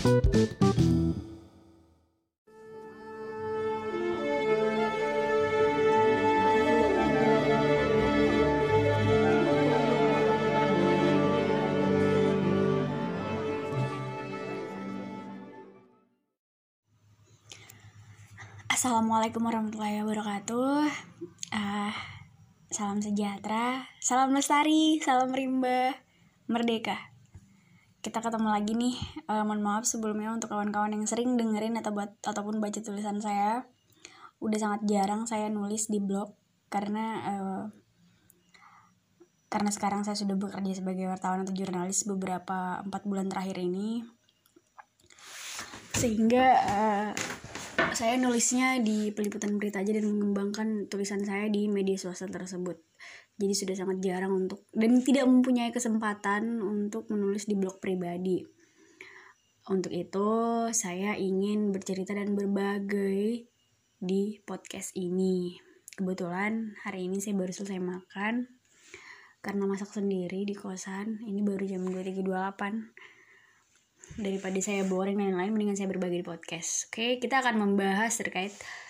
Assalamualaikum warahmatullahi wabarakatuh. Salam sejahtera, salam lestari, salam rimba, merdeka. Kita ketemu lagi nih. Mohon maaf sebelumnya untuk kawan-kawan yang sering dengerin ataupun baca tulisan saya. Udah sangat jarang saya nulis di blog karena sekarang saya sudah bekerja sebagai wartawan atau jurnalis beberapa 4 bulan terakhir ini, sehingga saya nulisnya di peliputan berita aja dan mengembangkan tulisan saya di media sosial tersebut. Jadi sudah sangat jarang dan tidak mempunyai kesempatan untuk menulis di blog pribadi. Untuk itu saya ingin bercerita dan berbagi di podcast ini. Kebetulan hari ini saya baru selesai makan karena masak sendiri di kosan. Ini baru jam 23.28. Daripada saya boring dan lain-lain, mendingan saya berbagi di podcast. Oke, kita akan membahas terkait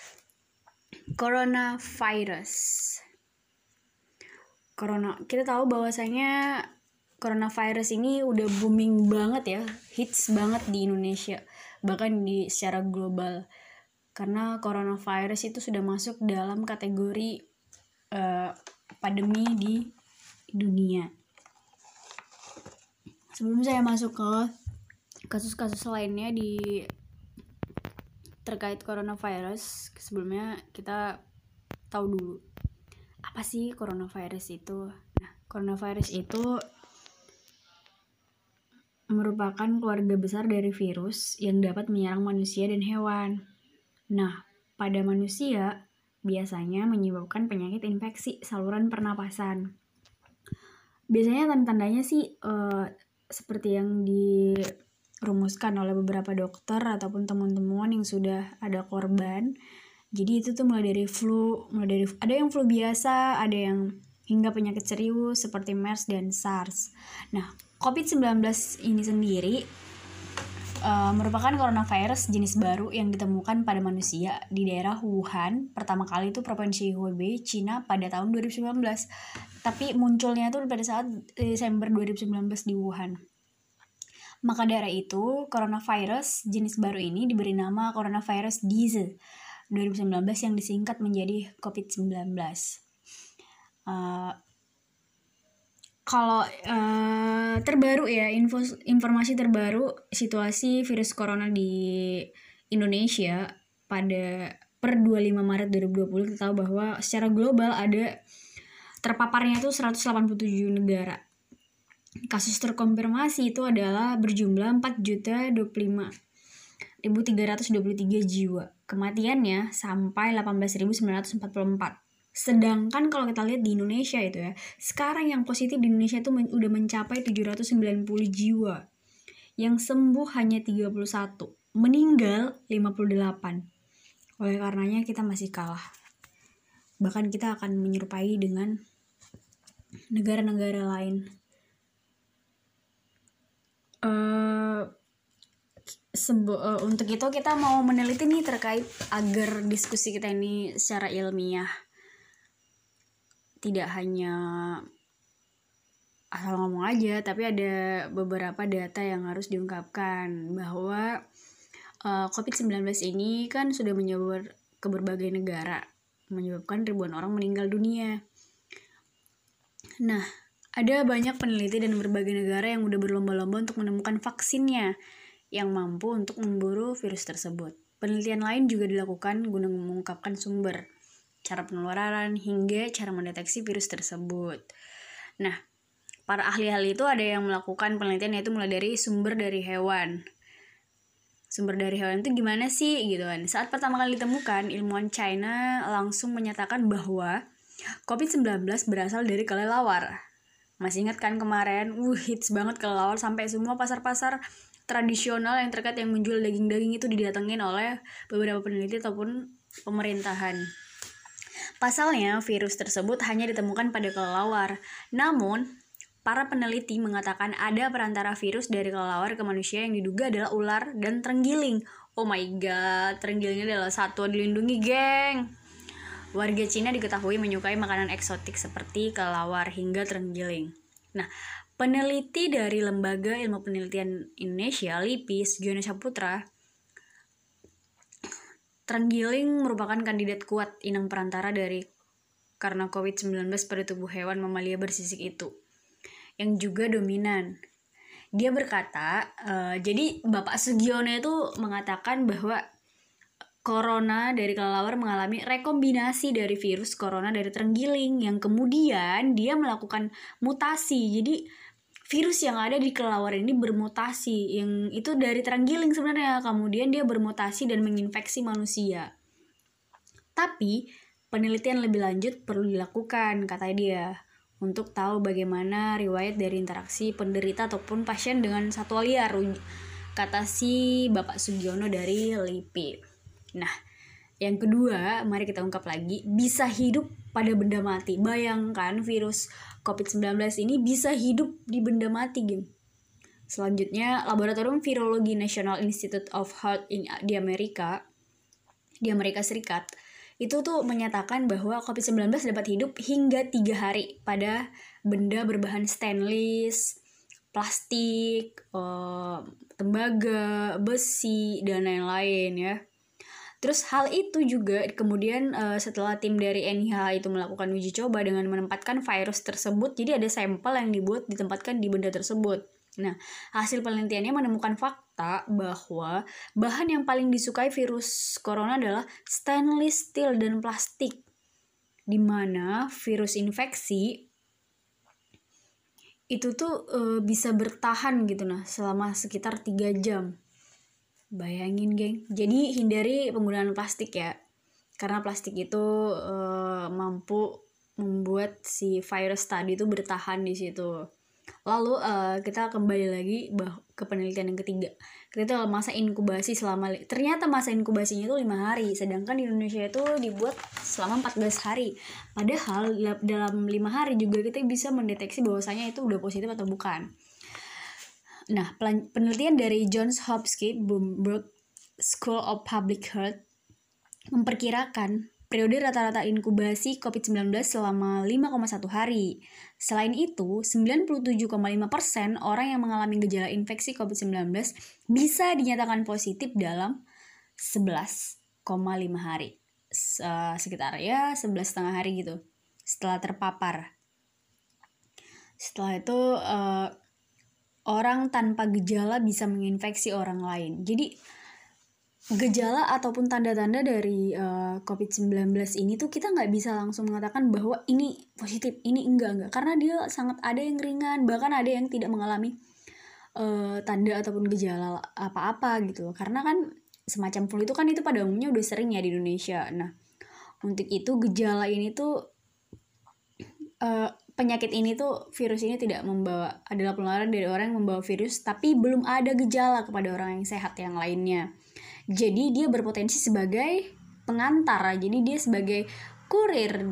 coronavirus. Kita tahu bahwasanya coronavirus ini udah booming banget ya, hits banget di Indonesia, bahkan secara global. Karena coronavirus itu sudah masuk dalam kategori pandemi di dunia. Sebelum saya masuk ke kasus-kasus lainnya terkait coronavirus, sebelumnya kita tahu dulu apa sih coronavirus itu. Nah, coronavirus itu merupakan keluarga besar dari virus yang dapat menyerang manusia dan hewan. Nah, pada manusia biasanya menyebabkan penyakit infeksi saluran pernapasan. Biasanya tanda-tandanya sih seperti yang dirumuskan oleh beberapa dokter ataupun teman-teman yang sudah ada korban. Jadi itu tuh mulai dari ada yang flu biasa, ada yang hingga penyakit serius seperti MERS dan SARS. Nah, COVID-19 ini sendiri merupakan coronavirus jenis baru yang ditemukan pada manusia di daerah Wuhan, pertama kali itu Provinsi Hubei, Cina pada tahun 2019. Tapi munculnya itu pada saat Desember 2019 di Wuhan. Maka dari itu, coronavirus jenis baru ini diberi nama coronavirus disease 2019 yang disingkat menjadi COVID-19. Kalau terbaru ya, informasi terbaru situasi virus corona di Indonesia per 25 Maret 2020, kita tahu bahwa secara global ada terpaparnya itu 187 negara. Kasus terkonfirmasi itu adalah berjumlah 4.025.323 jiwa. Kematiannya sampai 18.944. Sedangkan kalau kita lihat di Indonesia itu ya, sekarang yang positif di Indonesia itu udah mencapai 790 jiwa. Yang sembuh hanya 31, meninggal 58. Oleh karenanya kita masih kalah. Bahkan kita akan menyerupai dengan negara-negara lain. Untuk itu kita mau meneliti nih terkait agar diskusi kita ini secara ilmiah, tidak hanya asal ngomong aja, tapi ada beberapa data yang harus diungkapkan bahwa COVID-19 ini kan sudah menyebar ke berbagai negara, menyebabkan ribuan orang meninggal dunia. Nah, ada banyak peneliti dan berbagai negara yang udah berlomba-lomba untuk menemukan vaksinnya yang mampu untuk memburu virus tersebut. Penelitian lain juga dilakukan guna mengungkapkan sumber, cara penularan, hingga cara mendeteksi virus tersebut. Nah, para ahli-ahli itu ada yang melakukan penelitian yaitu mulai dari sumber dari hewan. Sumber dari hewan itu gimana sih gitu kan. Saat pertama kali ditemukan, ilmuwan China langsung menyatakan bahwa COVID-19 berasal dari kelelawar. Masih ingat kan kemarin, hits banget kelelawar, sampai semua pasar-pasar tradisional yang terkait yang menjual daging-daging itu didatengin oleh beberapa peneliti ataupun pemerintahan. Pasalnya, virus tersebut hanya ditemukan pada kelelawar. Namun, para peneliti mengatakan ada perantara virus dari kelelawar ke manusia yang diduga adalah ular dan terenggiling. Oh my god, terenggiling adalah satwa dilindungi, geng. Warga Cina diketahui menyukai makanan eksotik seperti kelelawar hingga terenggiling. Nah, peneliti dari Lembaga Ilmu Penelitian Indonesia, LIPI, Sugiono Saputra, terenggiling merupakan kandidat kuat inang perantara karena COVID-19 pada tubuh hewan mamalia bersisik itu, yang juga dominan. Dia berkata, jadi Bapak Sugiono itu mengatakan bahwa corona dari kelelawar mengalami rekombinasi dari virus corona dari terenggiling yang kemudian dia melakukan mutasi. Jadi virus yang ada di kelelawar ini bermutasi, yang itu dari terenggiling sebenarnya, kemudian dia bermutasi dan menginfeksi manusia. Tapi penelitian lebih lanjut perlu dilakukan, kata dia, untuk tahu bagaimana riwayat dari interaksi penderita ataupun pasien dengan satwa liar, kata si Bapak Sugiono dari LIPI. Nah, yang kedua, mari kita ungkap lagi, bisa hidup pada benda mati. Bayangkan virus COVID-19 ini bisa hidup di benda mati, geng. Selanjutnya, Laboratorium Virologi National Institute of Health di Amerika Serikat itu tuh menyatakan bahwa COVID-19 dapat hidup hingga 3 hari pada benda berbahan stainless, plastik, tembaga, besi, dan lain-lain ya. Terus hal itu juga kemudian setelah tim dari NIH itu melakukan uji coba dengan menempatkan virus tersebut, jadi ada sampel yang ditempatkan di benda tersebut. Nah, hasil penelitiannya menemukan fakta bahwa bahan yang paling disukai virus corona adalah stainless steel dan plastik, di mana virus infeksi itu tuh bisa bertahan gitu selama sekitar 3 jam. Bayangin, geng. Jadi hindari penggunaan plastik ya, karena plastik itu mampu membuat si virus tadi itu bertahan di situ. Lalu kita kembali lagi ke penelitian yang ketiga. Kita masa inkubasi ternyata masa inkubasinya itu 5 hari, sedangkan di Indonesia itu dibuat selama 14 hari. Padahal dalam 5 hari juga kita bisa mendeteksi bahwasanya itu udah positif atau bukan. Nah, penelitian dari Johns Hopkins Bloomberg School of Public Health memperkirakan periode rata-rata inkubasi COVID-19 selama 5,1 hari. Selain itu, 97,5% orang yang mengalami gejala infeksi COVID-19 bisa dinyatakan positif dalam 11,5 hari. Sekitar ya 11,5 hari gitu setelah terpapar. Setelah itu orang tanpa gejala bisa menginfeksi orang lain. Jadi gejala ataupun tanda-tanda dari COVID-19 ini tuh kita nggak bisa langsung mengatakan bahwa ini positif, ini enggak, karena dia sangat ada yang ringan, bahkan ada yang tidak mengalami tanda ataupun gejala apa-apa gitu. Karena kan semacam flu itu kan itu pada umumnya udah sering ya di Indonesia. Nah, untuk itu gejala ini tuh penyakit ini tuh, virus ini adalah penularan dari orang yang membawa virus tapi belum ada gejala kepada orang yang sehat yang lainnya. Jadi dia berpotensi sebagai pengantar, jadi dia sebagai kurir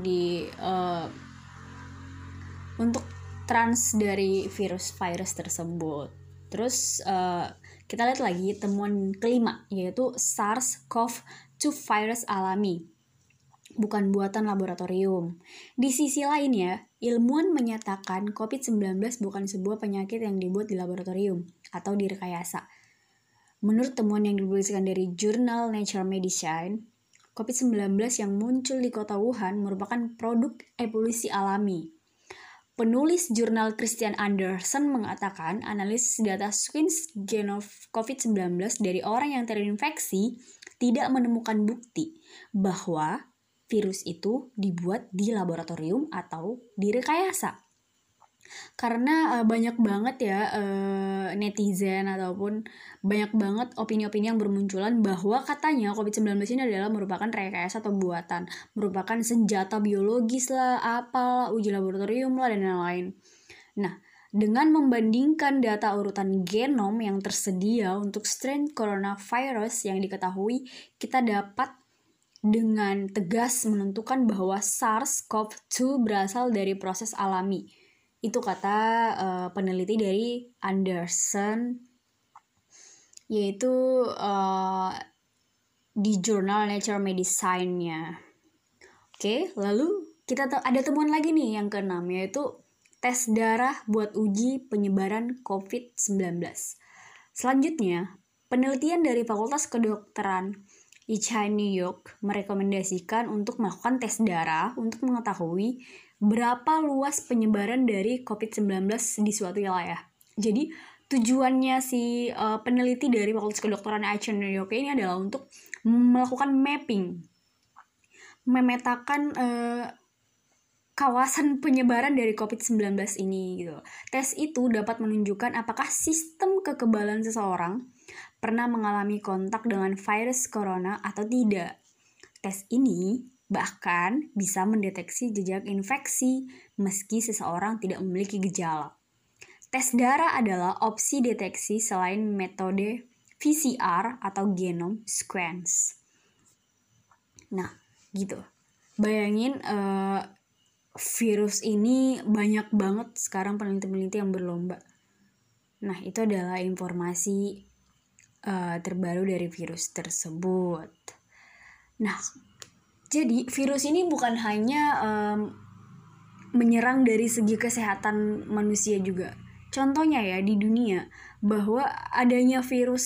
untuk trans dari virus tersebut. Terus kita lihat lagi temuan kelima, yaitu SARS-CoV-2 virus alami, bukan buatan laboratorium. Di sisi lain ya, ilmuwan menyatakan COVID-19 bukan sebuah penyakit yang dibuat di laboratorium atau direkayasa. Menurut temuan yang dipublikasikan dari jurnal Nature Medicine, COVID-19 yang muncul di kota Wuhan merupakan produk evolusi alami. Penulis jurnal Christian Anderson mengatakan analisis data swine genome COVID-19 dari orang yang terinfeksi tidak menemukan bukti bahwa virus itu dibuat di laboratorium atau direkayasa. Karena banyak banget ya netizen ataupun banyak banget opini-opini yang bermunculan bahwa katanya COVID-19 ini adalah merupakan rekayasa atau buatan, merupakan senjata biologis lah, apalah, uji laboratorium lah, dan lain-lain. Nah, dengan membandingkan data urutan genom yang tersedia untuk strain coronavirus yang diketahui, kita dapat dengan tegas menentukan bahwa SARS-CoV-2 berasal dari proses alami. Itu kata peneliti dari Anderson, yaitu di jurnal Nature Medicine-nya. Oke, lalu kita ada temuan lagi nih yang keenam, yaitu tes darah buat uji penyebaran COVID-19. Selanjutnya, penelitian dari Fakultas Kedokteran ICHI New York merekomendasikan untuk melakukan tes darah untuk mengetahui berapa luas penyebaran dari COVID-19 di suatu wilayah. Jadi, tujuannya si peneliti dari Fakultas Kedokteran ICHI New York ini adalah untuk melakukan mapping, memetakan kawasan penyebaran dari COVID-19 ini gitu. Tes itu dapat menunjukkan apakah sistem kekebalan seseorang pernah mengalami kontak dengan virus corona atau tidak. Tes ini bahkan bisa mendeteksi jejak infeksi meski seseorang tidak memiliki gejala. Tes darah adalah opsi deteksi selain metode PCR atau genome sequence. Nah, gitu. Bayangin virus ini banyak banget sekarang peneliti-peneliti yang berlomba. Nah, itu adalah informasi terbaru dari virus tersebut. Nah, jadi virus ini bukan hanya menyerang dari segi kesehatan manusia juga. Contohnya ya di dunia, bahwa adanya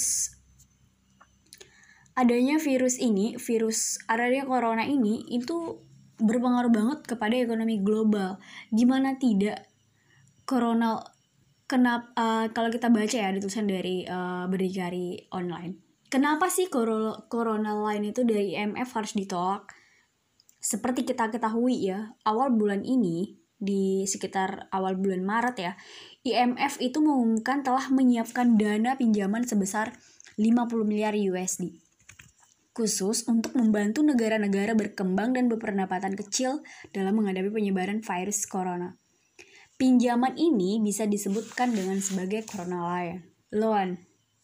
corona ini itu berpengaruh banget kepada ekonomi global. Gimana tidak, corona kalau kita baca ya di tulisan dari Berdikari Online, kenapa sih corona line itu dari IMF harus ditolak? Seperti kita ketahui ya, awal bulan ini, di sekitar awal bulan Maret ya, IMF itu mengumumkan telah menyiapkan dana pinjaman sebesar 50 miliar USD. Khusus untuk membantu negara-negara berkembang dan berpendapatan kecil dalam menghadapi penyebaran virus corona. Pinjaman ini bisa disebutkan dengan sebagai corona loan.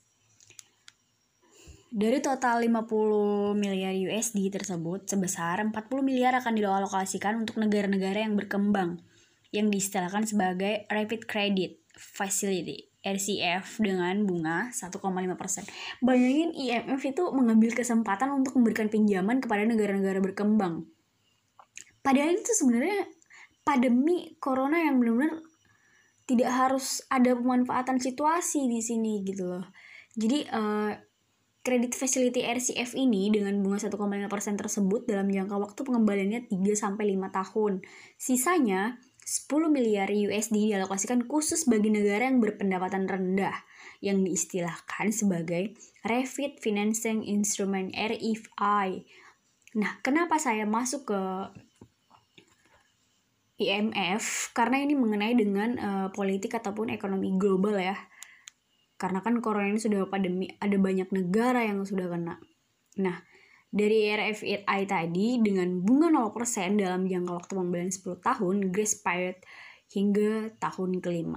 Dari total 50 miliar USD tersebut, sebesar 40 miliar akan dialokasikan untuk negara-negara yang berkembang, yang diistilahkan sebagai Rapid Credit Facility, RCF, dengan bunga 1,5%. Bayangin IMF itu mengambil kesempatan untuk memberikan pinjaman kepada negara-negara berkembang. Padahal itu sebenarnya pandemi corona yang benar-benar tidak harus ada pemanfaatan situasi di sini gitu loh. Jadi Credit Facility RCF ini dengan bunga 1,5% tersebut dalam jangka waktu pengembaliannya 3-5 tahun. Sisanya 10 miliar USD dialokasikan khusus bagi negara yang berpendapatan rendah, yang diistilahkan sebagai Rapid Financing Instrument RFI. Nah, kenapa saya masuk ke IMF? Karena ini mengenai dengan politik ataupun ekonomi global ya. Karena kan corona ini sudah pandemi, ada banyak negara yang sudah kena. Nah, dari RFI tadi dengan bunga 0% dalam jangka waktu pembelian 10 tahun, grace period hingga tahun kelima.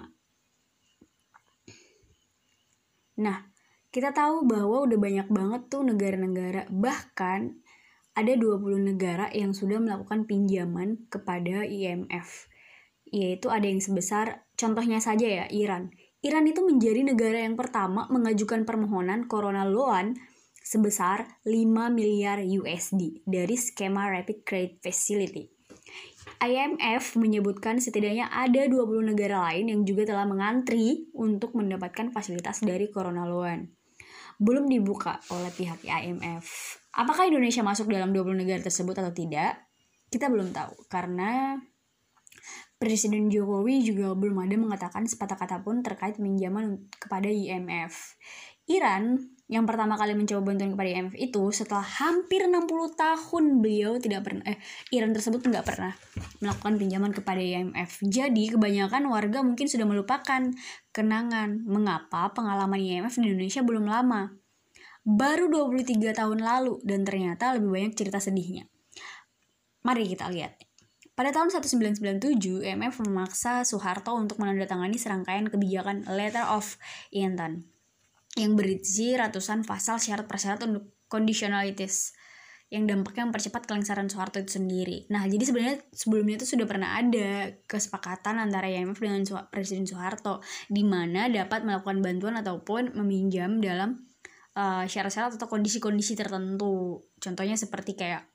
Nah, kita tahu bahwa udah banyak banget tuh negara-negara, bahkan ada 20 negara yang sudah melakukan pinjaman kepada IMF. Yaitu ada yang sebesar, contohnya saja ya, Iran. Iran itu menjadi negara yang pertama mengajukan permohonan corona loan sebesar 5 miliar USD dari skema Rapid Credit Facility. IMF menyebutkan setidaknya ada 20 negara lain yang juga telah mengantri untuk mendapatkan fasilitas dari corona loan. Belum dibuka oleh pihak IMF. Apakah Indonesia masuk dalam 20 negara tersebut atau tidak? Kita belum tahu, karena Presiden Jokowi juga belum ada mengatakan sepatah kata pun terkait pinjaman kepada IMF. Iran yang pertama kali mencoba bantuan kepada IMF itu setelah hampir 60 tahun Iran tersebut nggak pernah melakukan pinjaman kepada IMF. Jadi kebanyakan warga mungkin sudah melupakan kenangan mengapa pengalaman IMF di Indonesia belum lama. Baru 23 tahun lalu dan ternyata lebih banyak cerita sedihnya. Mari kita lihat. Pada tahun 1997, IMF memaksa Soeharto untuk menandatangani serangkaian kebijakan Letter of Intent yang berisi ratusan pasal syarat-persyarat untuk conditionalities yang dampaknya mempercepat kelangsaran Soeharto itu sendiri. Nah, jadi sebenarnya sebelumnya itu sudah pernah ada kesepakatan antara IMF dengan Presiden Soeharto di mana dapat melakukan bantuan ataupun meminjam dalam syarat-syarat atau kondisi-kondisi tertentu. Contohnya seperti kayak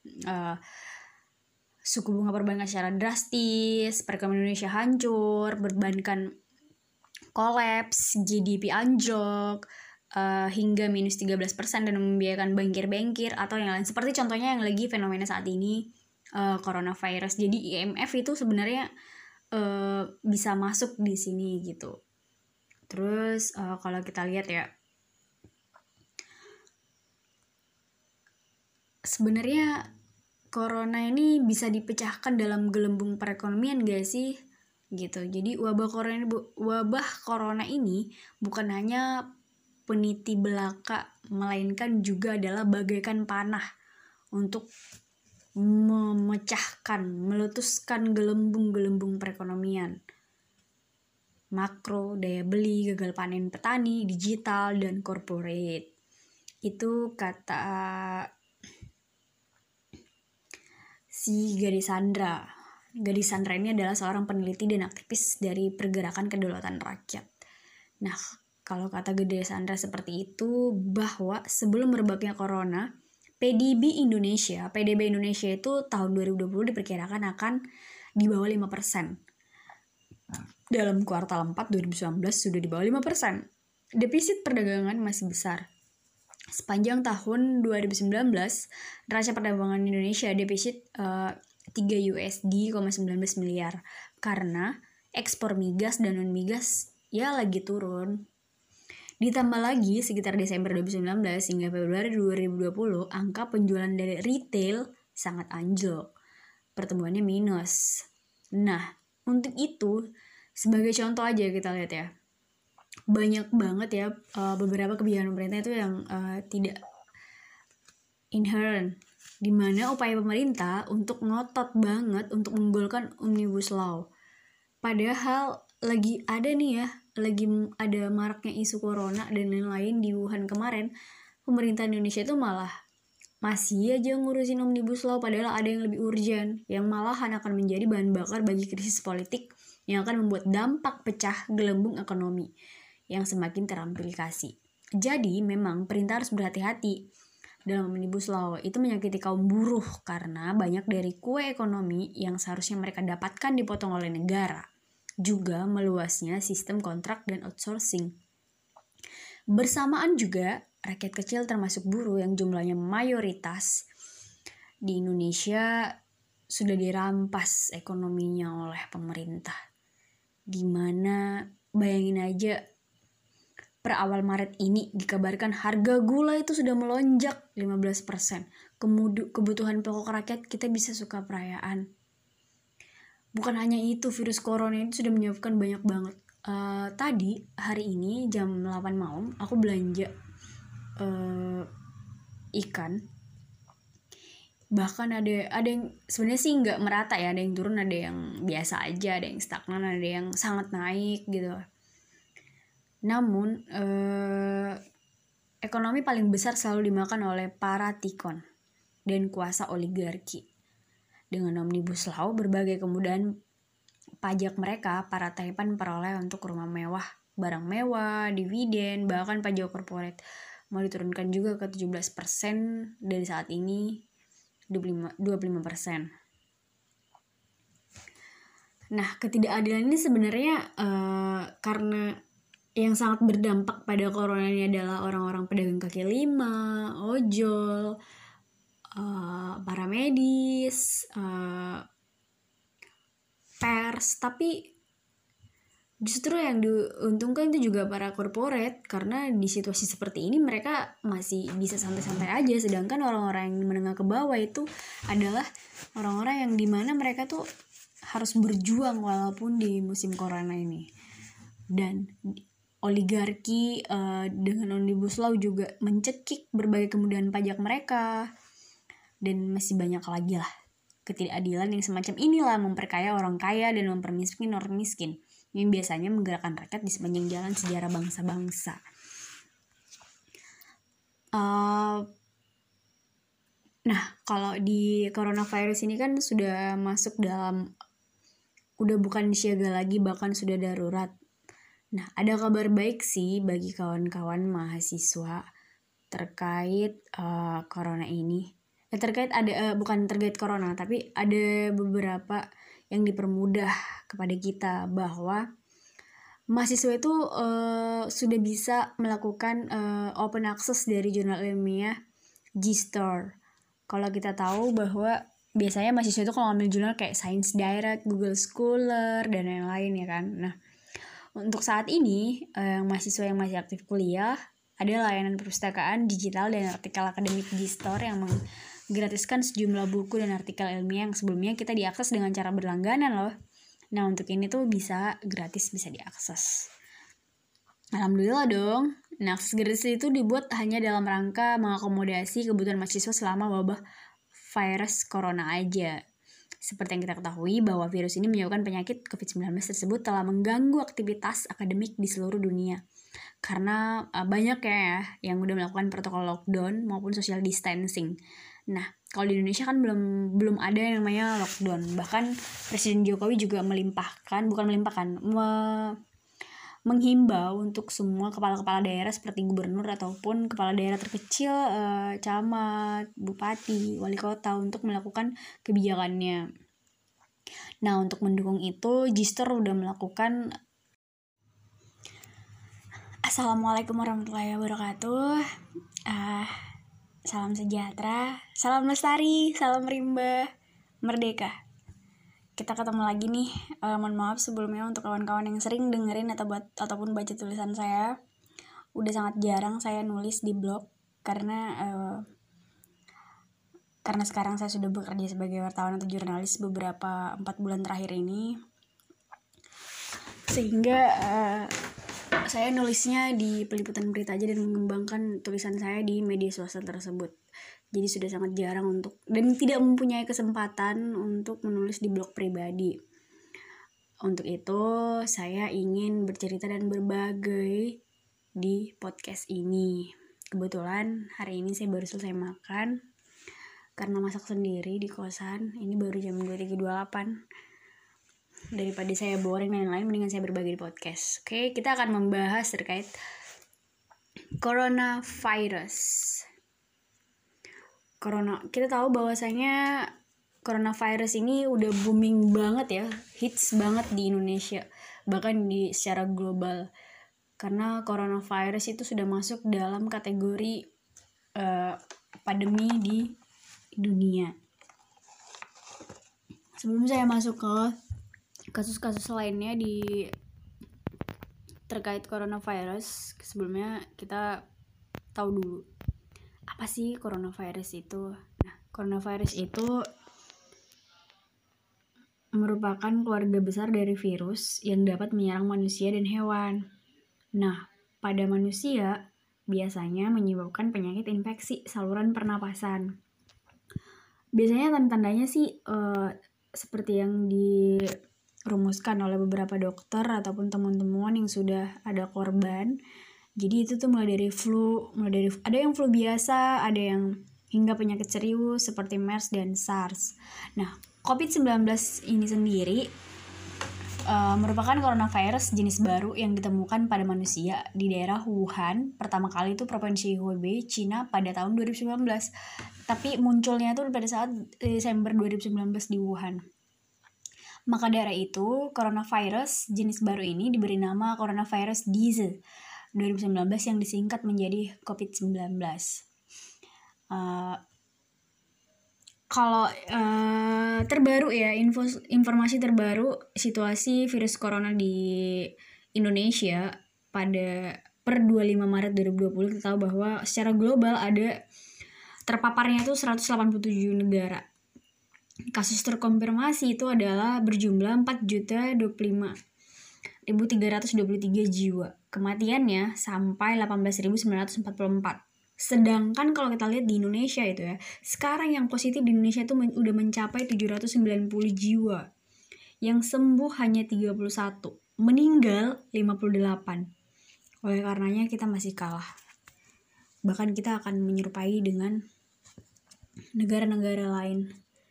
suku bunga perbankan secara drastis, perekonomian Indonesia hancur, perbankan kolaps, GDP anjlok, hingga minus 13% dan membiarkan bankir-bankir atau yang lain. Seperti contohnya yang lagi fenomena saat ini, coronavirus. Jadi IMF itu sebenarnya bisa masuk di sini gitu. Terus kalau kita lihat ya, sebenarnya corona ini bisa dipecahkan dalam gelembung perekonomian gak sih? Gitu. Jadi wabah corona ini bukan hanya peniti belaka, melainkan juga adalah bagaikan panah untuk memecahkan, meletuskan gelembung-gelembung perekonomian. Makro, daya beli, gagal panen petani, digital, dan corporate. Itu kata si Gadis Sandra. Gadis Sandra ini adalah seorang peneliti dan aktivis dari pergerakan kedaulatan rakyat. Nah, kalau kata Gadis Sandra seperti itu, bahwa sebelum merebaknya corona, PDB Indonesia itu tahun 2020 diperkirakan akan di bawah 5%. Dalam kuartal 4 2019 sudah di bawah 5%. Defisit perdagangan masih besar. Sepanjang tahun 2019, neraca perdagangan Indonesia defisit 3 USD,19 miliar karena ekspor migas dan non-migas ya lagi turun. Ditambah lagi sekitar Desember 2019 hingga Februari 2020, angka penjualan dari retail sangat anjlok. Pertumbuhannya minus. Nah, untuk itu sebagai contoh aja kita lihat ya. Banyak banget ya beberapa kebijakan pemerintah itu yang tidak inherent, dimana upaya pemerintah untuk ngotot banget untuk menggolkan Omnibus Law. Padahal lagi ada maraknya isu corona dan lain-lain di Wuhan kemarin, pemerintah Indonesia itu malah masih aja ngurusin Omnibus Law, padahal ada yang lebih urgent, yang malahan akan menjadi bahan bakar bagi krisis politik yang akan membuat dampak pecah gelembung ekonomi yang semakin teramplikasi. Jadi memang perintah harus berhati-hati dalam Omnibus Law. Itu menyakiti kaum buruh karena banyak dari kue ekonomi yang seharusnya mereka dapatkan dipotong oleh negara. Juga meluasnya sistem kontrak dan outsourcing. Bersamaan juga rakyat kecil termasuk buruh yang jumlahnya mayoritas di Indonesia sudah dirampas ekonominya oleh pemerintah. Gimana, bayangin aja, per awal Maret ini dikabarkan harga gula itu sudah melonjak 15%. Kebutuhan pokok rakyat kita bisa suka perayaan. Bukan hanya itu, virus corona ini sudah menyebabkan banyak banget. Tadi hari ini jam 8 malam aku belanja ikan. Bahkan ada yang sebenarnya sih nggak merata ya, ada yang turun, ada yang biasa aja, ada yang stagnan, ada yang sangat naik gitu. Namun, ekonomi paling besar selalu dimakan oleh para tikon dan kuasa oligarki. Dengan Omnibus Law, berbagai kemudahan pajak mereka, para taipan peroleh untuk rumah mewah, barang mewah, dividen, bahkan pajak korporat mau diturunkan juga ke 17% dari saat ini 25%. Nah, ketidakadilan ini sebenarnya karena yang sangat berdampak pada corona ini adalah orang-orang pedagang kaki lima, ojol, para medis, pers. Tapi justru yang diuntungkan itu juga para korporat, karena di situasi seperti ini mereka masih bisa santai-santai aja. Sedangkan orang-orang yang menengah ke bawah itu adalah orang-orang yang dimana mereka tuh harus berjuang walaupun di musim corona ini. Dan oligarki dengan Omnibus Law juga mencekik berbagai kemudahan pajak mereka, dan masih banyak lagi lah. Ketidakadilan yang semacam inilah memperkaya orang kaya dan mempermiskin orang miskin, yang biasanya menggerakkan rakyat di sepanjang jalan sejarah bangsa-bangsa. Nah, kalau di coronavirus ini kan sudah masuk dalam, udah bukan siaga lagi, bahkan sudah darurat. Nah, ada kabar baik sih bagi kawan-kawan mahasiswa terkait corona ini. Bukan terkait corona, tapi ada beberapa yang dipermudah kepada kita, bahwa mahasiswa itu sudah bisa melakukan open access dari jurnal ilmiah JSTOR. Kalau kita tahu bahwa biasanya mahasiswa itu kalau ngambil jurnal kayak Science Direct, Google Scholar, dan lain-lain ya kan. Nah, untuk saat ini, mahasiswa yang masih aktif kuliah, ada layanan perpustakaan digital dan artikel akademik JSTOR yang menggratiskan sejumlah buku dan artikel ilmiah yang sebelumnya kita diakses dengan cara berlangganan loh. Nah, untuk ini tuh bisa gratis, bisa diakses. Alhamdulillah dong. Nah, akses gratis itu dibuat hanya dalam rangka mengakomodasi kebutuhan mahasiswa selama wabah virus corona aja. Seperti yang kita ketahui bahwa virus ini menyebabkan penyakit COVID-19 tersebut telah mengganggu aktivitas akademik di seluruh dunia. Karena banyak ya yang udah melakukan protokol lockdown maupun social distancing. Nah, kalau di Indonesia kan belum ada yang namanya lockdown. Bahkan Presiden Jokowi juga menghimbau untuk semua kepala-kepala daerah seperti gubernur ataupun kepala daerah terkecil, camat, bupati, wali kota untuk melakukan kebijakannya. Nah, untuk mendukung itu, JSTOR udah melakukan. Assalamualaikum warahmatullahi wabarakatuh. Salam sejahtera, salam lestari, salam rimba, merdeka. Kita ketemu lagi nih. Mohon maaf sebelumnya untuk kawan-kawan yang sering dengerin ataupun baca tulisan saya. Udah sangat jarang saya nulis di blog karena sekarang saya sudah bekerja sebagai wartawan atau jurnalis beberapa 4 bulan terakhir ini, sehingga saya nulisnya di peliputan berita aja dan mengembangkan tulisan saya di media sosial tersebut. Jadi sudah sangat jarang dan tidak mempunyai kesempatan untuk menulis di blog pribadi. Untuk itu saya ingin bercerita dan berbagi di podcast ini. Kebetulan hari ini saya baru selesai makan karena masak sendiri di kosan. Ini baru jam 23.28. Daripada saya boring dan lain-lain, mendingan saya berbagi di podcast. Oke, kita akan membahas terkait coronavirus. Kita tahu bahwasanya coronavirus ini udah booming banget ya, hits banget di Indonesia, bahkan secara global. Karena coronavirus itu sudah masuk dalam kategori pandemi di dunia. Sebelum saya masuk ke kasus-kasus lainnya terkait coronavirus, sebelumnya kita tahu dulu apa sih coronavirus itu. Nah, coronavirus itu merupakan keluarga besar dari virus yang dapat menyerang manusia dan hewan. Nah, pada manusia biasanya menyebabkan penyakit infeksi saluran pernapasan. Biasanya tanda-tandanya sih seperti yang dirumuskan oleh beberapa dokter ataupun teman-teman yang sudah ada korban. Jadi itu tuh mulai dari ada yang flu biasa, ada yang hingga penyakit serius seperti MERS dan SARS. Nah, COVID-19 ini sendiri merupakan coronavirus jenis baru yang ditemukan pada manusia di daerah Wuhan, pertama kali itu provinsi Hubei, Cina pada tahun 2019. Tapi munculnya itu pada saat Desember 2019 di Wuhan. Maka dari itu, coronavirus jenis baru ini diberi nama coronavirus disease 2019 yang disingkat menjadi COVID-19. Kalau terbaru ya, informasi terbaru situasi virus corona di Indonesia per 25 Maret 2020, kita tahu bahwa secara global ada terpaparnya itu 187 negara. Kasus terkonfirmasi itu adalah berjumlah 4.025.323 jiwa. Kematiannya sampai 18.944. Sedangkan kalau kita lihat di Indonesia itu ya, sekarang yang positif di Indonesia itu udah mencapai 790 jiwa. Yang sembuh hanya 31, meninggal 58. Oleh karenanya kita masih kalah. Bahkan kita akan menyerupai dengan negara-negara lain.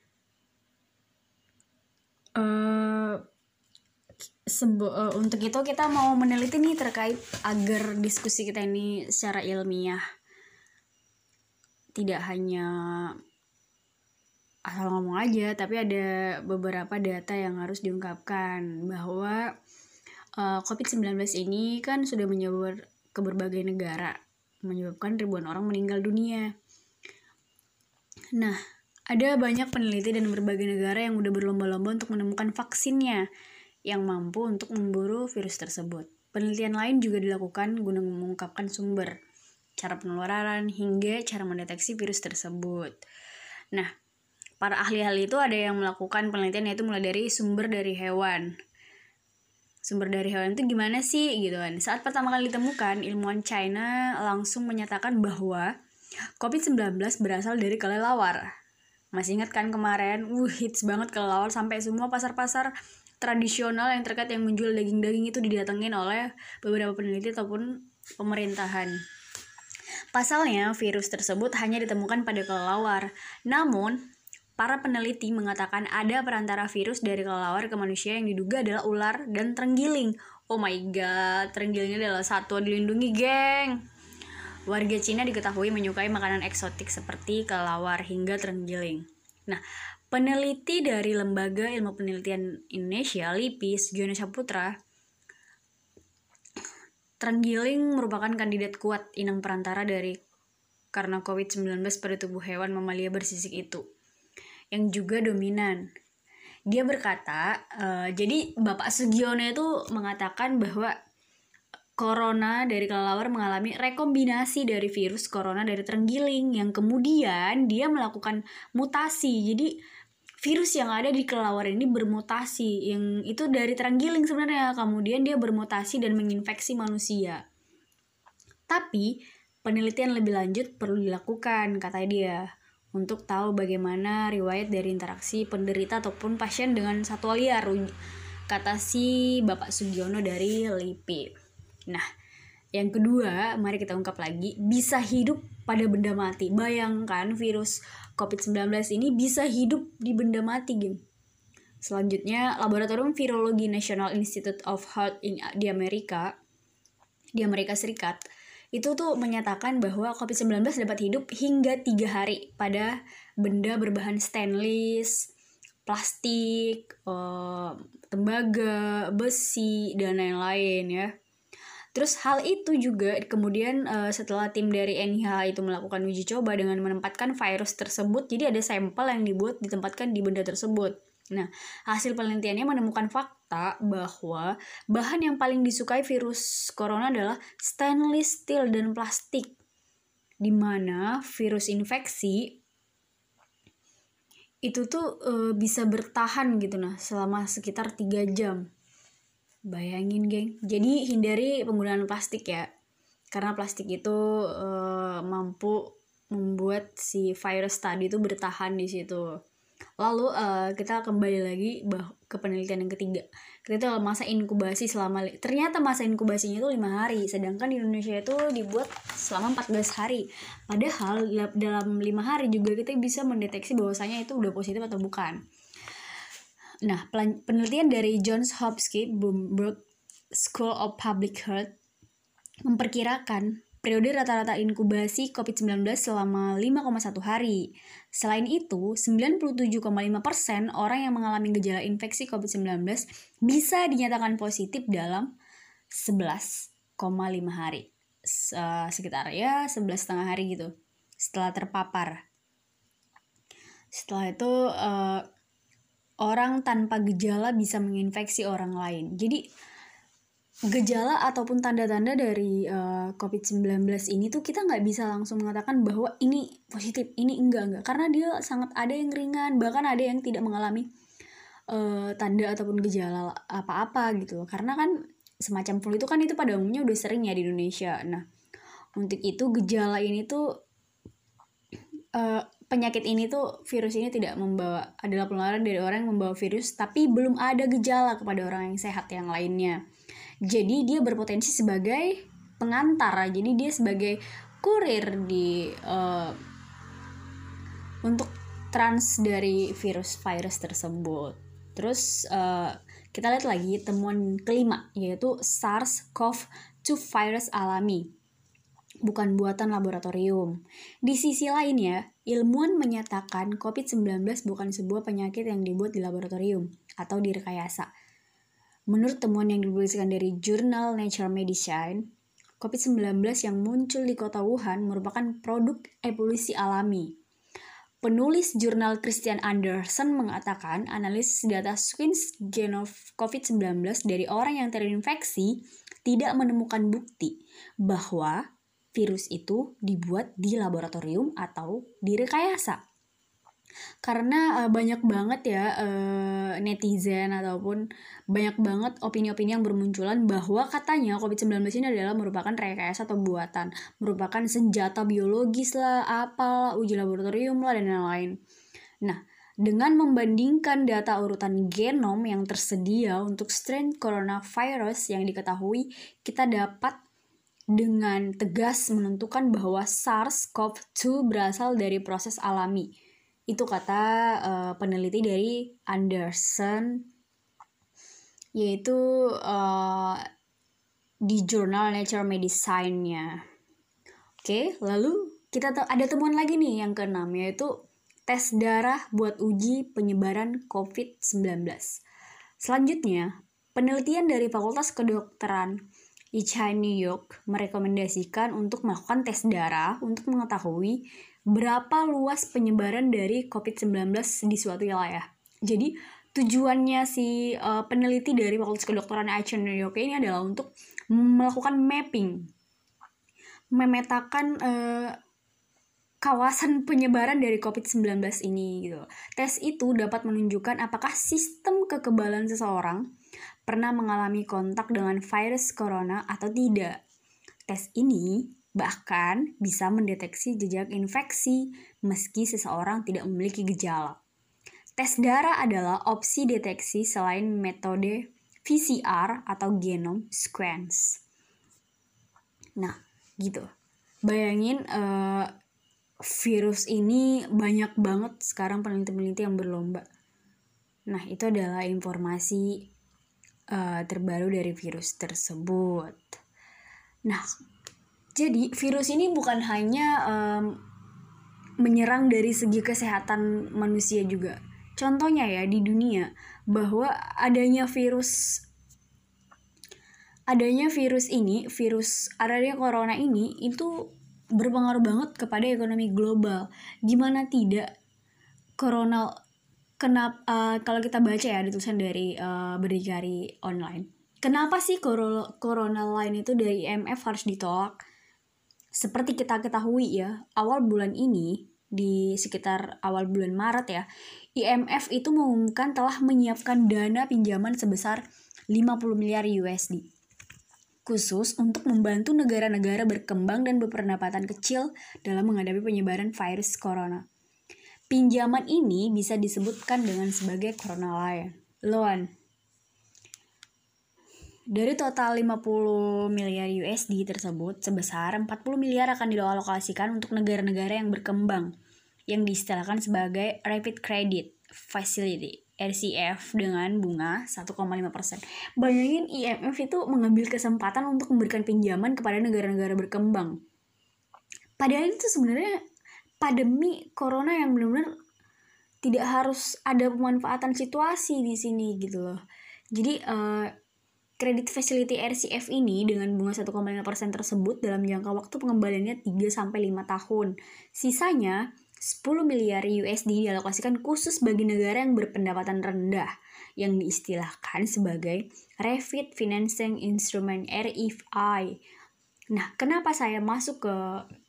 Untuk itu kita mau meneliti nih terkait agar diskusi kita ini secara ilmiah tidak hanya asal ngomong aja, tapi ada beberapa data yang harus diungkapkan bahwa COVID-19 ini kan sudah menyebar ke berbagai negara, menyebabkan ribuan orang meninggal dunia. Nah, ada banyak peneliti dan berbagai negara yang udah berlomba-lomba untuk menemukan vaksinnya yang mampu untuk memburu virus tersebut. Penelitian lain juga dilakukan guna mengungkapkan sumber, cara penularan, hingga cara mendeteksi virus tersebut. Nah, para ahli-ahli itu ada yang melakukan penelitian yaitu mulai dari sumber dari hewan. Sumber dari hewan itu gimana sih gitu kan. Saat pertama kali ditemukan, ilmuwan China langsung menyatakan bahwa COVID-19 berasal dari kelelawar. Masih ingat kan kemarin, hits banget kelelawar sampai semua pasar-pasar tradisional yang terkait yang menjual daging-daging itu didatengin oleh beberapa peneliti ataupun pemerintahan. Pasalnya, virus tersebut hanya ditemukan pada kelelawar. Namun, para peneliti mengatakan ada perantara virus dari kelelawar ke manusia yang diduga adalah ular dan terenggiling. Oh my god, terenggiling adalah satwa dilindungi, geng. Warga Cina diketahui menyukai makanan eksotik seperti kelelawar hingga terenggiling. Nah, peneliti dari Lembaga Ilmu Penelitian Indonesia, LIPI, Sugiono Saputra, terenggiling merupakan kandidat kuat inang perantara karena COVID-19 pada tubuh hewan mamalia bersisik itu, yang juga dominan. Dia berkata, jadi Bapak Sugiono itu mengatakan bahwa corona dari kelelawar mengalami rekombinasi dari virus corona dari terenggiling yang kemudian dia melakukan mutasi. Jadi virus yang ada di kelelawar ini bermutasi, yang itu dari terenggiling sebenarnya, kemudian dia bermutasi dan menginfeksi manusia. Tapi penelitian lebih lanjut perlu dilakukan, kata dia, untuk tahu bagaimana riwayat dari interaksi penderita ataupun pasien dengan satwa liar, kata si Bapak Sugiono dari LIPI. Nah, yang kedua, mari kita ungkap lagi, bisa hidup pada benda mati. Bayangkan virus COVID-19 ini bisa hidup di benda mati, geng. Selanjutnya, Laboratorium Virologi National Institute of Health di Amerika Serikat, itu tuh menyatakan bahwa COVID-19 dapat hidup hingga 3 hari pada benda berbahan stainless, plastik, tembaga, besi, dan lain-lain ya. Terus hal itu juga kemudian setelah tim dari NIH itu melakukan uji coba dengan menempatkan virus tersebut, jadi ada sampel yang ditempatkan di benda tersebut. Nah, hasil penelitiannya menemukan fakta bahwa bahan yang paling disukai virus corona adalah stainless steel dan plastik, di mana virus infeksi itu tuh bisa bertahan gitu selama sekitar 3 jam. Bayangin, geng. Jadi hindari penggunaan plastik ya, karena plastik itu mampu membuat si virus tadi itu bertahan di situ. Lalu kita kembali lagi ke penelitian yang ketiga. Kita masa inkubasi ternyata masa inkubasinya itu 5 hari, sedangkan di Indonesia itu dibuat selama 14 hari. Padahal dalam 5 hari juga kita bisa mendeteksi bahwasanya itu udah positif atau bukan. Nah, penelitian dari Johns Hopkins Bloomberg School of Public Health memperkirakan periode rata-rata inkubasi COVID-19 selama 5,1 hari. Selain itu, 97,5% orang yang mengalami gejala infeksi COVID-19 bisa dinyatakan positif dalam 11,5 hari. Sekitar ya 11,5 hari gitu setelah terpapar. Setelah itu orang tanpa gejala bisa menginfeksi orang lain. Jadi gejala ataupun tanda-tanda dari COVID-19 ini tuh kita nggak bisa langsung mengatakan bahwa ini positif, ini enggak. Karena dia sangat ada yang ringan, bahkan ada yang tidak mengalami tanda ataupun gejala apa-apa gitu. Karena kan semacam flu itu kan itu pada umumnya udah sering ya di Indonesia. Nah, untuk itu gejala ini tuh penyakit ini tuh, virus ini adalah penularan dari orang yang membawa virus tapi belum ada gejala kepada orang yang sehat yang lainnya. Jadi dia berpotensi sebagai pengantar, jadi dia sebagai kurir untuk dari virus tersebut. Terus kita lihat lagi temuan kelima, yaitu SARS-CoV-2 virus alami, bukan buatan laboratorium. Di sisi lain ya, ilmuwan menyatakan COVID-19 bukan sebuah penyakit yang dibuat di laboratorium atau direkayasa. Menurut temuan yang dituliskan dari jurnal Nature Medicine, COVID-19 yang muncul di kota Wuhan merupakan produk evolusi alami. Penulis jurnal Christian Anderson mengatakan analisis data swine genome COVID-19 dari orang yang terinfeksi tidak menemukan bukti bahwa virus itu dibuat di laboratorium atau direkayasa. Karena banyak banget ya netizen ataupun banyak banget opini-opini yang bermunculan bahwa katanya COVID-19 ini adalah merupakan rekayasa atau buatan, merupakan senjata biologis lah, apalah, uji laboratorium lah, dan lain-lain. Nah, dengan membandingkan data urutan genom yang tersedia untuk strain coronavirus yang diketahui, kita dapat dengan tegas menentukan bahwa SARS-CoV-2 berasal dari proses alami. Itu kata peneliti dari Anderson, yaitu di jurnal Nature Medicine-nya. Oke, lalu kita ada temuan lagi nih yang keenam, yaitu tes darah buat uji penyebaran COVID-19. Selanjutnya, penelitian dari Fakultas Kedokteran ICHI New York merekomendasikan untuk melakukan tes darah untuk mengetahui berapa luas penyebaran dari COVID-19 di suatu wilayah. Jadi tujuannya si peneliti dari Fakultas Kedokteran ICHI New York ini adalah untuk melakukan mapping, memetakan kawasan penyebaran dari COVID-19 ini gitu. Tes itu dapat menunjukkan apakah sistem kekebalan seseorang pernah mengalami kontak dengan virus corona atau tidak. Tes ini bahkan bisa mendeteksi jejak infeksi meski seseorang tidak memiliki gejala. Tes darah adalah opsi deteksi selain metode PCR atau genome sequence. Nah, gitu. Bayangin virus ini banyak banget sekarang peneliti-peneliti yang berlomba. Nah, itu adalah informasi terbaru dari virus tersebut. Nah, jadi virus ini bukan hanya menyerang dari segi kesehatan manusia juga. Contohnya ya di dunia, bahwa adanya corona ini itu berpengaruh banget kepada ekonomi global. Gimana tidak, corona kalau kita baca ya di tulisan dari Berdikari Online, kenapa sih corona line itu dari IMF harus ditolak? Seperti kita ketahui ya, awal bulan ini, di sekitar awal bulan Maret ya, IMF itu mengumumkan telah menyiapkan dana pinjaman sebesar 50 miliar USD khusus untuk membantu negara-negara berkembang dan berpendapatan kecil dalam menghadapi penyebaran virus corona. Pinjaman ini bisa disebutkan dengan sebagai corona loan. Dari total 50 miliar USD tersebut, sebesar 40 miliar akan dialokasikan untuk negara-negara yang berkembang, yang diistilahkan sebagai Rapid Credit Facility, RCF, dengan bunga 1,5%. Bayangin IMF itu mengambil kesempatan untuk memberikan pinjaman kepada negara-negara berkembang. Padahal itu sebenarnya pandemi corona yang benar-benar tidak harus ada pemanfaatan situasi di sini gitu loh. Jadi kredit facility RCF ini dengan bunga 1,5% tersebut dalam jangka waktu pengembaliannya 3-5 tahun. Sisanya 10 miliar USD dialokasikan khusus bagi negara yang berpendapatan rendah yang diistilahkan sebagai Rapid Financing Instrument RFI. Nah, kenapa saya masuk ke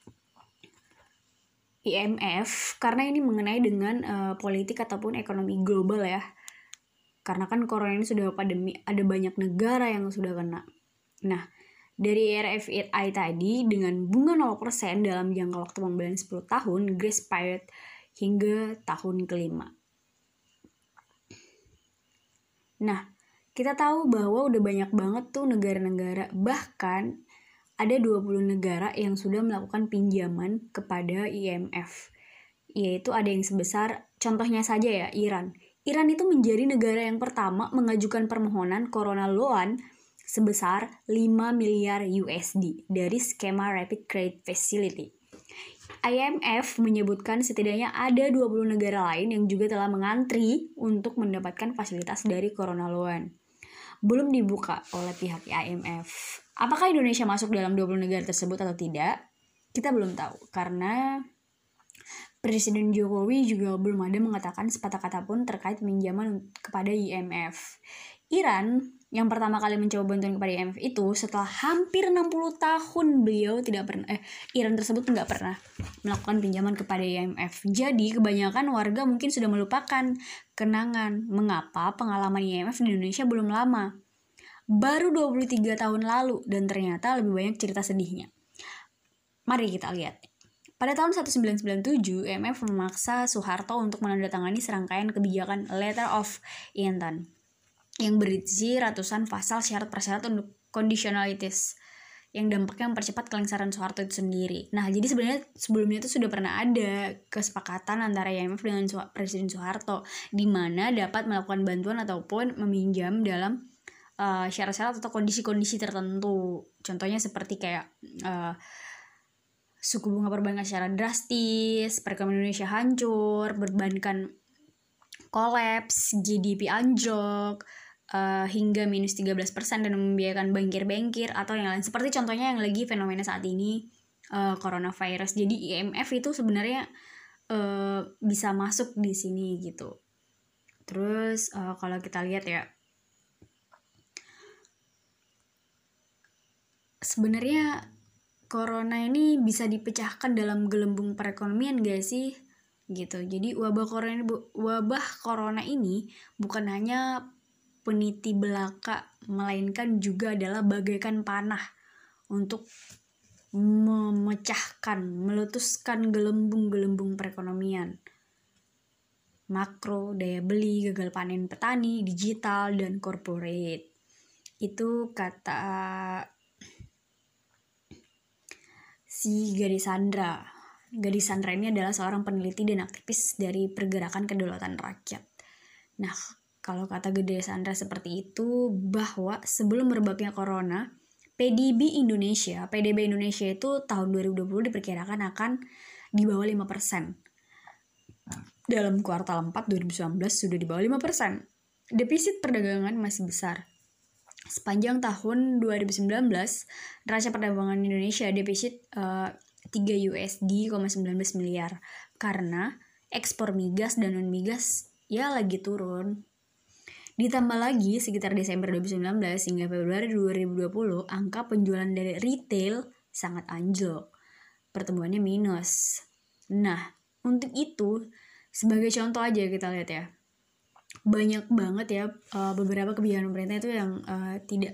IMF? Karena ini mengenai dengan politik ataupun ekonomi global ya. Karena kan corona ini sudah pandemi, ada banyak negara yang sudah kena. Nah, dari RFI tadi dengan bunga 0% dalam jangka waktu pembelian 10 tahun, grace period hingga tahun kelima. Nah, kita tahu bahwa udah banyak banget tuh negara-negara, bahkan ada 20 negara yang sudah melakukan pinjaman kepada IMF. yaitu ada yang sebesar, contohnya saja ya, Iran. Iran itu menjadi negara yang pertama mengajukan permohonan Corona Loan sebesar 5 miliar USD dari skema Rapid Credit Facility. IMF menyebutkan setidaknya ada 20 negara lain yang juga telah mengantri untuk mendapatkan fasilitas dari Corona Loan. Belum dibuka oleh pihak IMF. Apakah Indonesia masuk dalam 20 negara tersebut atau tidak? Kita belum tahu, karena Presiden Jokowi juga belum ada mengatakan sepatah kata pun terkait pinjaman kepada IMF. Iran yang pertama kali mencoba bantuan kepada IMF itu setelah hampir 60 tahun Iran tersebut nggak pernah melakukan pinjaman kepada IMF. Jadi kebanyakan warga mungkin sudah melupakan kenangan mengapa pengalaman IMF di Indonesia belum lama. Baru 23 tahun lalu dan ternyata lebih banyak cerita sedihnya. Mari kita lihat. Pada tahun 1997, IMF memaksa Soeharto untuk menandatangani serangkaian kebijakan Letter of Intent yang berisi ratusan pasal syarat-persyarat untuk conditionalities yang dampaknya mempercepat kelangsaran Soeharto itu sendiri. Nah, jadi sebenarnya sebelumnya itu sudah pernah ada kesepakatan antara IMF dengan Presiden Soeharto di mana dapat melakukan bantuan ataupun meminjam dalam syarat-syarat atau kondisi-kondisi tertentu. Contohnya seperti kayak suku bunga perbankan secara drastis, perekonomian Indonesia hancur, perbankan kolaps, GDP anjlok, hingga minus 13% dan membiarkan bankir-bankir atau yang lain. Seperti contohnya yang lagi fenomena saat ini, coronavirus. Jadi IMF itu sebenarnya bisa masuk di sini gitu. Terus kalau kita lihat ya, sebenarnya Corona ini bisa dipecahkan dalam gelembung perekonomian gak sih? Gitu. Jadi wabah corona ini bukan hanya peniti belaka, melainkan juga adalah bagaikan panah untuk memecahkan, meletuskan gelembung-gelembung perekonomian. Makro, daya beli, gagal panen petani, digital, dan corporate. Itu kata si Gadis Sandra. Gadis Sandra ini adalah seorang peneliti dan aktivis dari pergerakan kedaulatan rakyat. Nah, kalau kata Gadis Sandra seperti itu, bahwa sebelum merebaknya corona, PDB Indonesia itu tahun 2020 diperkirakan akan di bawah 5%. Dalam kuartal 4 2019 sudah di bawah 5%. Defisit perdagangan masih besar. Sepanjang tahun 2019, neraca perdagangan Indonesia defisit 3 USD,19 miliar karena ekspor migas dan non-migas ya lagi turun. Ditambah lagi sekitar Desember 2019 hingga Februari 2020, angka penjualan dari retail sangat anjlok. Pertumbuhannya minus. Nah, untuk itu sebagai contoh aja kita lihat ya. Banyak banget ya beberapa kebijakan pemerintah itu yang tidak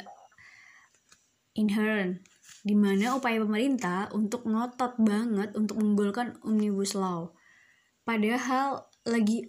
inherent, dimana upaya pemerintah untuk ngotot banget untuk menggolkan Omnibus Law. Padahal lagi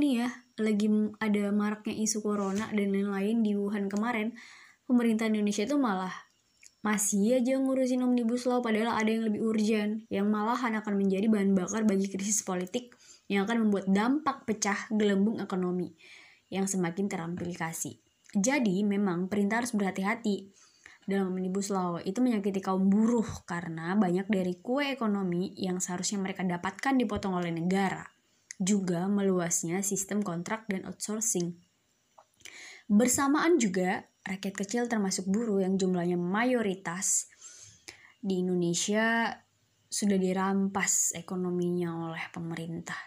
ada maraknya isu corona dan lain-lain di Wuhan kemarin, pemerintah Indonesia itu malah masih aja ngurusin Omnibus Law, padahal ada yang lebih urgent, yang malahan akan menjadi bahan bakar bagi krisis politik yang akan membuat dampak pecah gelembung ekonomi yang semakin teramplikasi. Jadi memang perintah harus berhati-hati dalam Omnibus Law. Itu menyakiti kaum buruh karena banyak dari kue ekonomi yang seharusnya mereka dapatkan dipotong oleh negara. Juga meluasnya sistem kontrak dan outsourcing. Bersamaan juga rakyat kecil termasuk buruh yang jumlahnya mayoritas di Indonesia sudah dirampas ekonominya oleh pemerintah.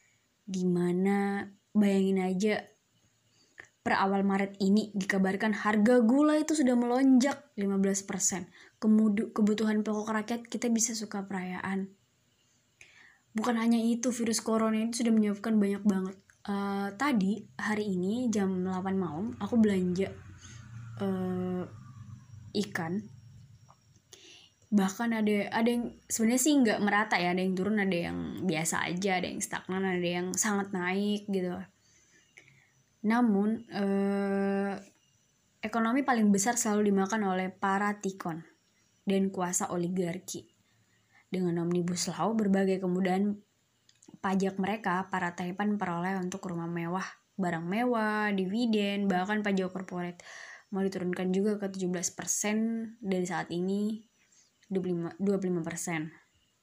Dimana bayangin aja, per awal Maret ini dikabarkan harga gula itu sudah melonjak 15%. Kebutuhan pokok rakyat kita bisa suka perayaan. Bukan hanya itu, virus corona itu sudah menyebabkan banyak banget. Tadi hari ini jam 8 malam aku belanja ikan. Bahkan ada yang sebenarnya sih nggak merata ya, ada yang turun, ada yang biasa aja, ada yang stagnan, ada yang sangat naik gitu. Namun, ekonomi paling besar selalu dimakan oleh para tikon dan kuasa oligarki. Dengan Omnibus Law, berbagai kemudahan pajak mereka, para Taipan peroleh untuk rumah mewah, barang mewah, dividen, bahkan pajak korporat mau diturunkan juga ke 17% dari saat ini 25%.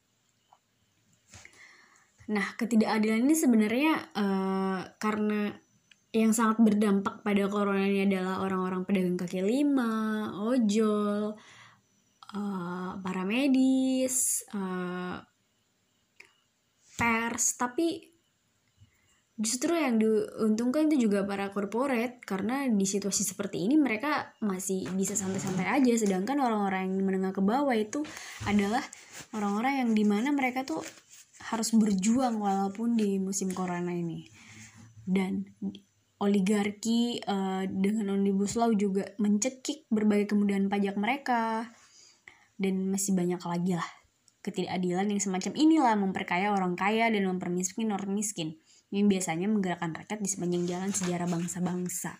Nah, ketidakadilan ini sebenarnya karena yang sangat berdampak pada corona ini adalah orang-orang pedagang kaki lima, ojol, para medis, pers, tapi justru yang diuntungkan itu juga para korporat, karena di situasi seperti ini mereka masih bisa santai-santai aja, sedangkan orang-orang yang menengah ke bawah itu adalah orang-orang yang dimana mereka tuh harus berjuang walaupun di musim corona ini. Dan oligarki dengan omnibus law juga mencekik berbagai kemudahan pajak mereka, dan masih banyak lagi lah ketidakadilan yang semacam inilah memperkaya orang kaya dan mempermiskin orang miskin, yang biasanya menggerakkan rakyat di sepanjang jalan sejarah bangsa-bangsa.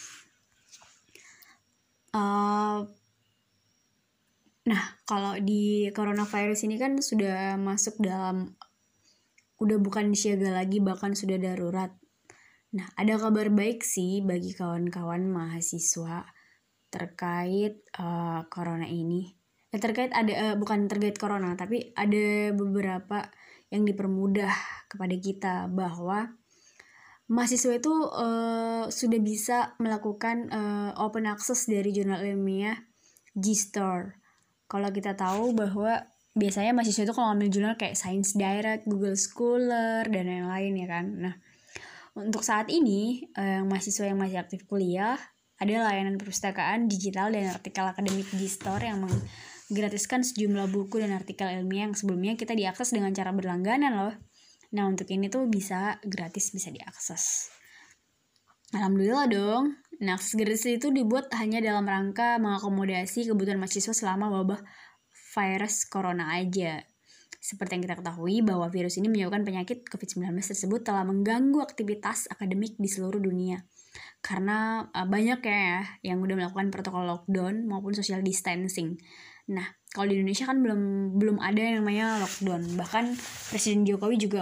Nah, kalau di coronavirus ini kan sudah masuk dalam, udah bukan siaga lagi, bahkan sudah darurat. Nah, ada kabar baik sih bagi kawan-kawan mahasiswa terkait corona ini. Bukan terkait corona, tapi ada beberapa yang dipermudah kepada kita, bahwa mahasiswa itu sudah bisa melakukan open access dari jurnal ilmiah JSTOR. Kalau kita tahu bahwa biasanya mahasiswa itu kalau ngambil jurnal kayak Science Direct, Google Scholar, dan lain-lain ya kan. Nah, untuk saat ini mahasiswa yang masih aktif kuliah, ada layanan perpustakaan digital dan artikel akademik JSTOR yang menggratiskan sejumlah buku dan artikel ilmiah yang sebelumnya kita diakses dengan cara berlangganan loh. Nah, untuk ini tuh bisa gratis, bisa diakses. Alhamdulillah dong. Nah, akses gratis itu dibuat hanya dalam rangka mengakomodasi kebutuhan mahasiswa selama wabah virus corona aja. Seperti yang kita ketahui bahwa virus ini menyebabkan penyakit COVID-19 tersebut telah mengganggu aktivitas akademik di seluruh dunia. Karena banyak ya yang udah melakukan protokol lockdown maupun social distancing. Nah, kalau di Indonesia kan belum ada yang namanya lockdown. Bahkan Presiden Jokowi juga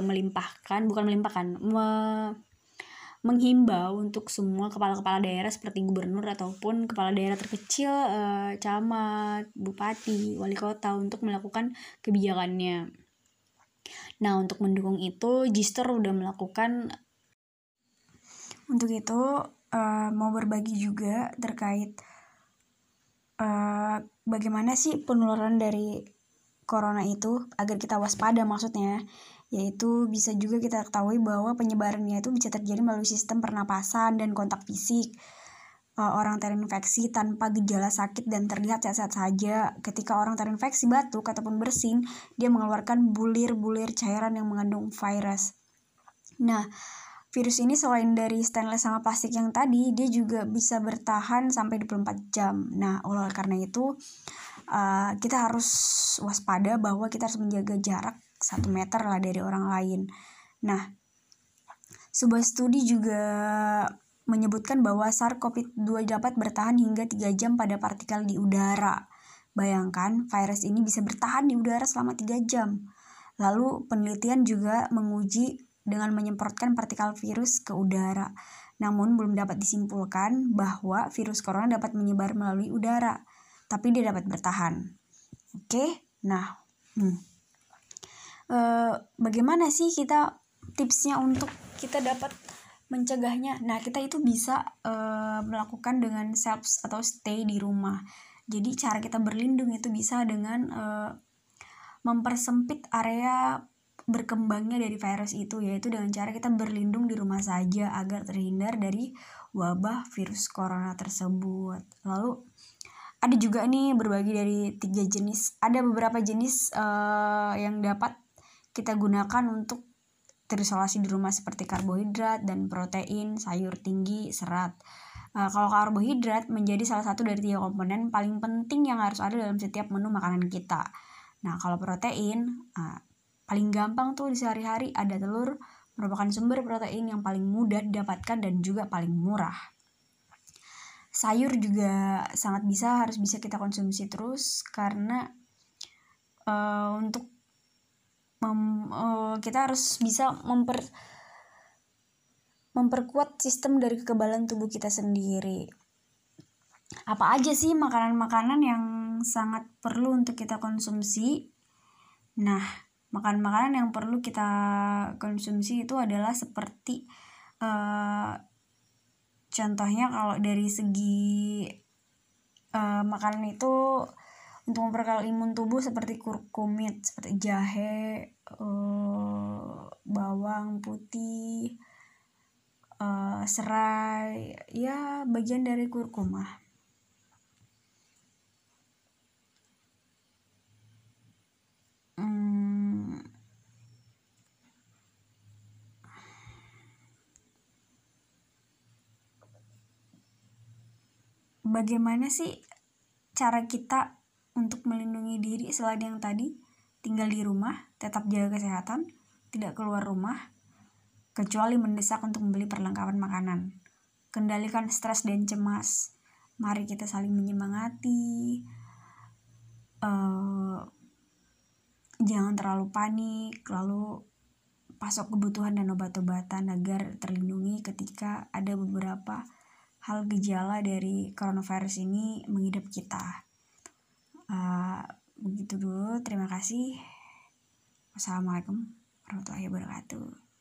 menghimbau untuk semua kepala-kepala daerah seperti gubernur ataupun kepala daerah terkecil, camat, bupati, wali kota untuk melakukan kebijakannya. Nah, untuk mendukung itu, JSTOR udah melakukan. Untuk itu, mau berbagi juga terkait bagaimana sih penularan dari corona itu agar kita waspada, maksudnya yaitu bisa juga kita ketahui bahwa penyebarannya itu bisa terjadi melalui sistem pernapasan dan kontak fisik. Orang terinfeksi tanpa gejala sakit dan terlihat sehat-sehat saja. Ketika orang terinfeksi batuk ataupun bersin, dia mengeluarkan bulir-bulir cairan yang mengandung virus. Nah, virus ini selain dari stainless sama plastik yang tadi, dia juga bisa bertahan sampai 24 jam. Nah, oleh karena itu kita harus waspada bahwa kita harus menjaga jarak 1 meter lah dari orang lain. Nah, sebuah studi juga menyebutkan bahwa SARS-CoV-2 dapat bertahan hingga 3 jam pada partikel di udara. Bayangkan, virus ini bisa bertahan di udara selama 3 jam. Lalu penelitian juga menguji dengan menyemprotkan partikel virus ke udara. Namun belum dapat disimpulkan bahwa virus corona dapat menyebar melalui udara, tapi dia dapat bertahan. Oke, nah bagaimana sih tipsnya untuk kita dapat mencegahnya? Nah, kita itu bisa melakukan dengan self atau stay di rumah. Jadi cara kita berlindung itu bisa dengan mempersempit area berkembangnya dari virus itu, yaitu dengan cara kita berlindung di rumah saja agar terhindar dari wabah virus corona tersebut. Lalu ada juga nih berbagi dari 3 jenis. Ada beberapa jenis yang dapat kita gunakan untuk terisolasi di rumah, seperti karbohidrat dan protein, sayur tinggi serat. Kalau karbohidrat menjadi salah satu dari 3 komponen paling penting yang harus ada dalam setiap menu makanan kita. Nah, kalau protein paling gampang tuh di sehari-hari ada telur, merupakan sumber protein yang paling mudah didapatkan dan juga paling murah. Sayur juga harus bisa kita konsumsi terus, karena untuk kita harus bisa memperkuat sistem dari kekebalan tubuh kita sendiri. Apa aja sih makanan-makanan yang sangat perlu untuk kita konsumsi? Nah, makanan-makanan yang perlu kita konsumsi itu adalah seperti contohnya kalau dari segi makanan itu untuk memperkuat imun tubuh seperti kurkumit, seperti jahe, bawang putih, serai, ya bagian dari kurkuma. Bagaimana sih cara kita untuk melindungi diri selain yang tadi? Tinggal di rumah, tetap jaga kesehatan, tidak keluar rumah, kecuali mendesak untuk membeli perlengkapan makanan. Kendalikan stres dan cemas. Mari kita saling menyemangati. Jangan terlalu panik, lalu pasok kebutuhan dan obat-obatan agar terlindungi ketika ada beberapa hal gejala dari coronavirus ini mengidap kita. Begitu dulu, terima kasih. Wassalamualaikum warahmatullahi wabarakatuh.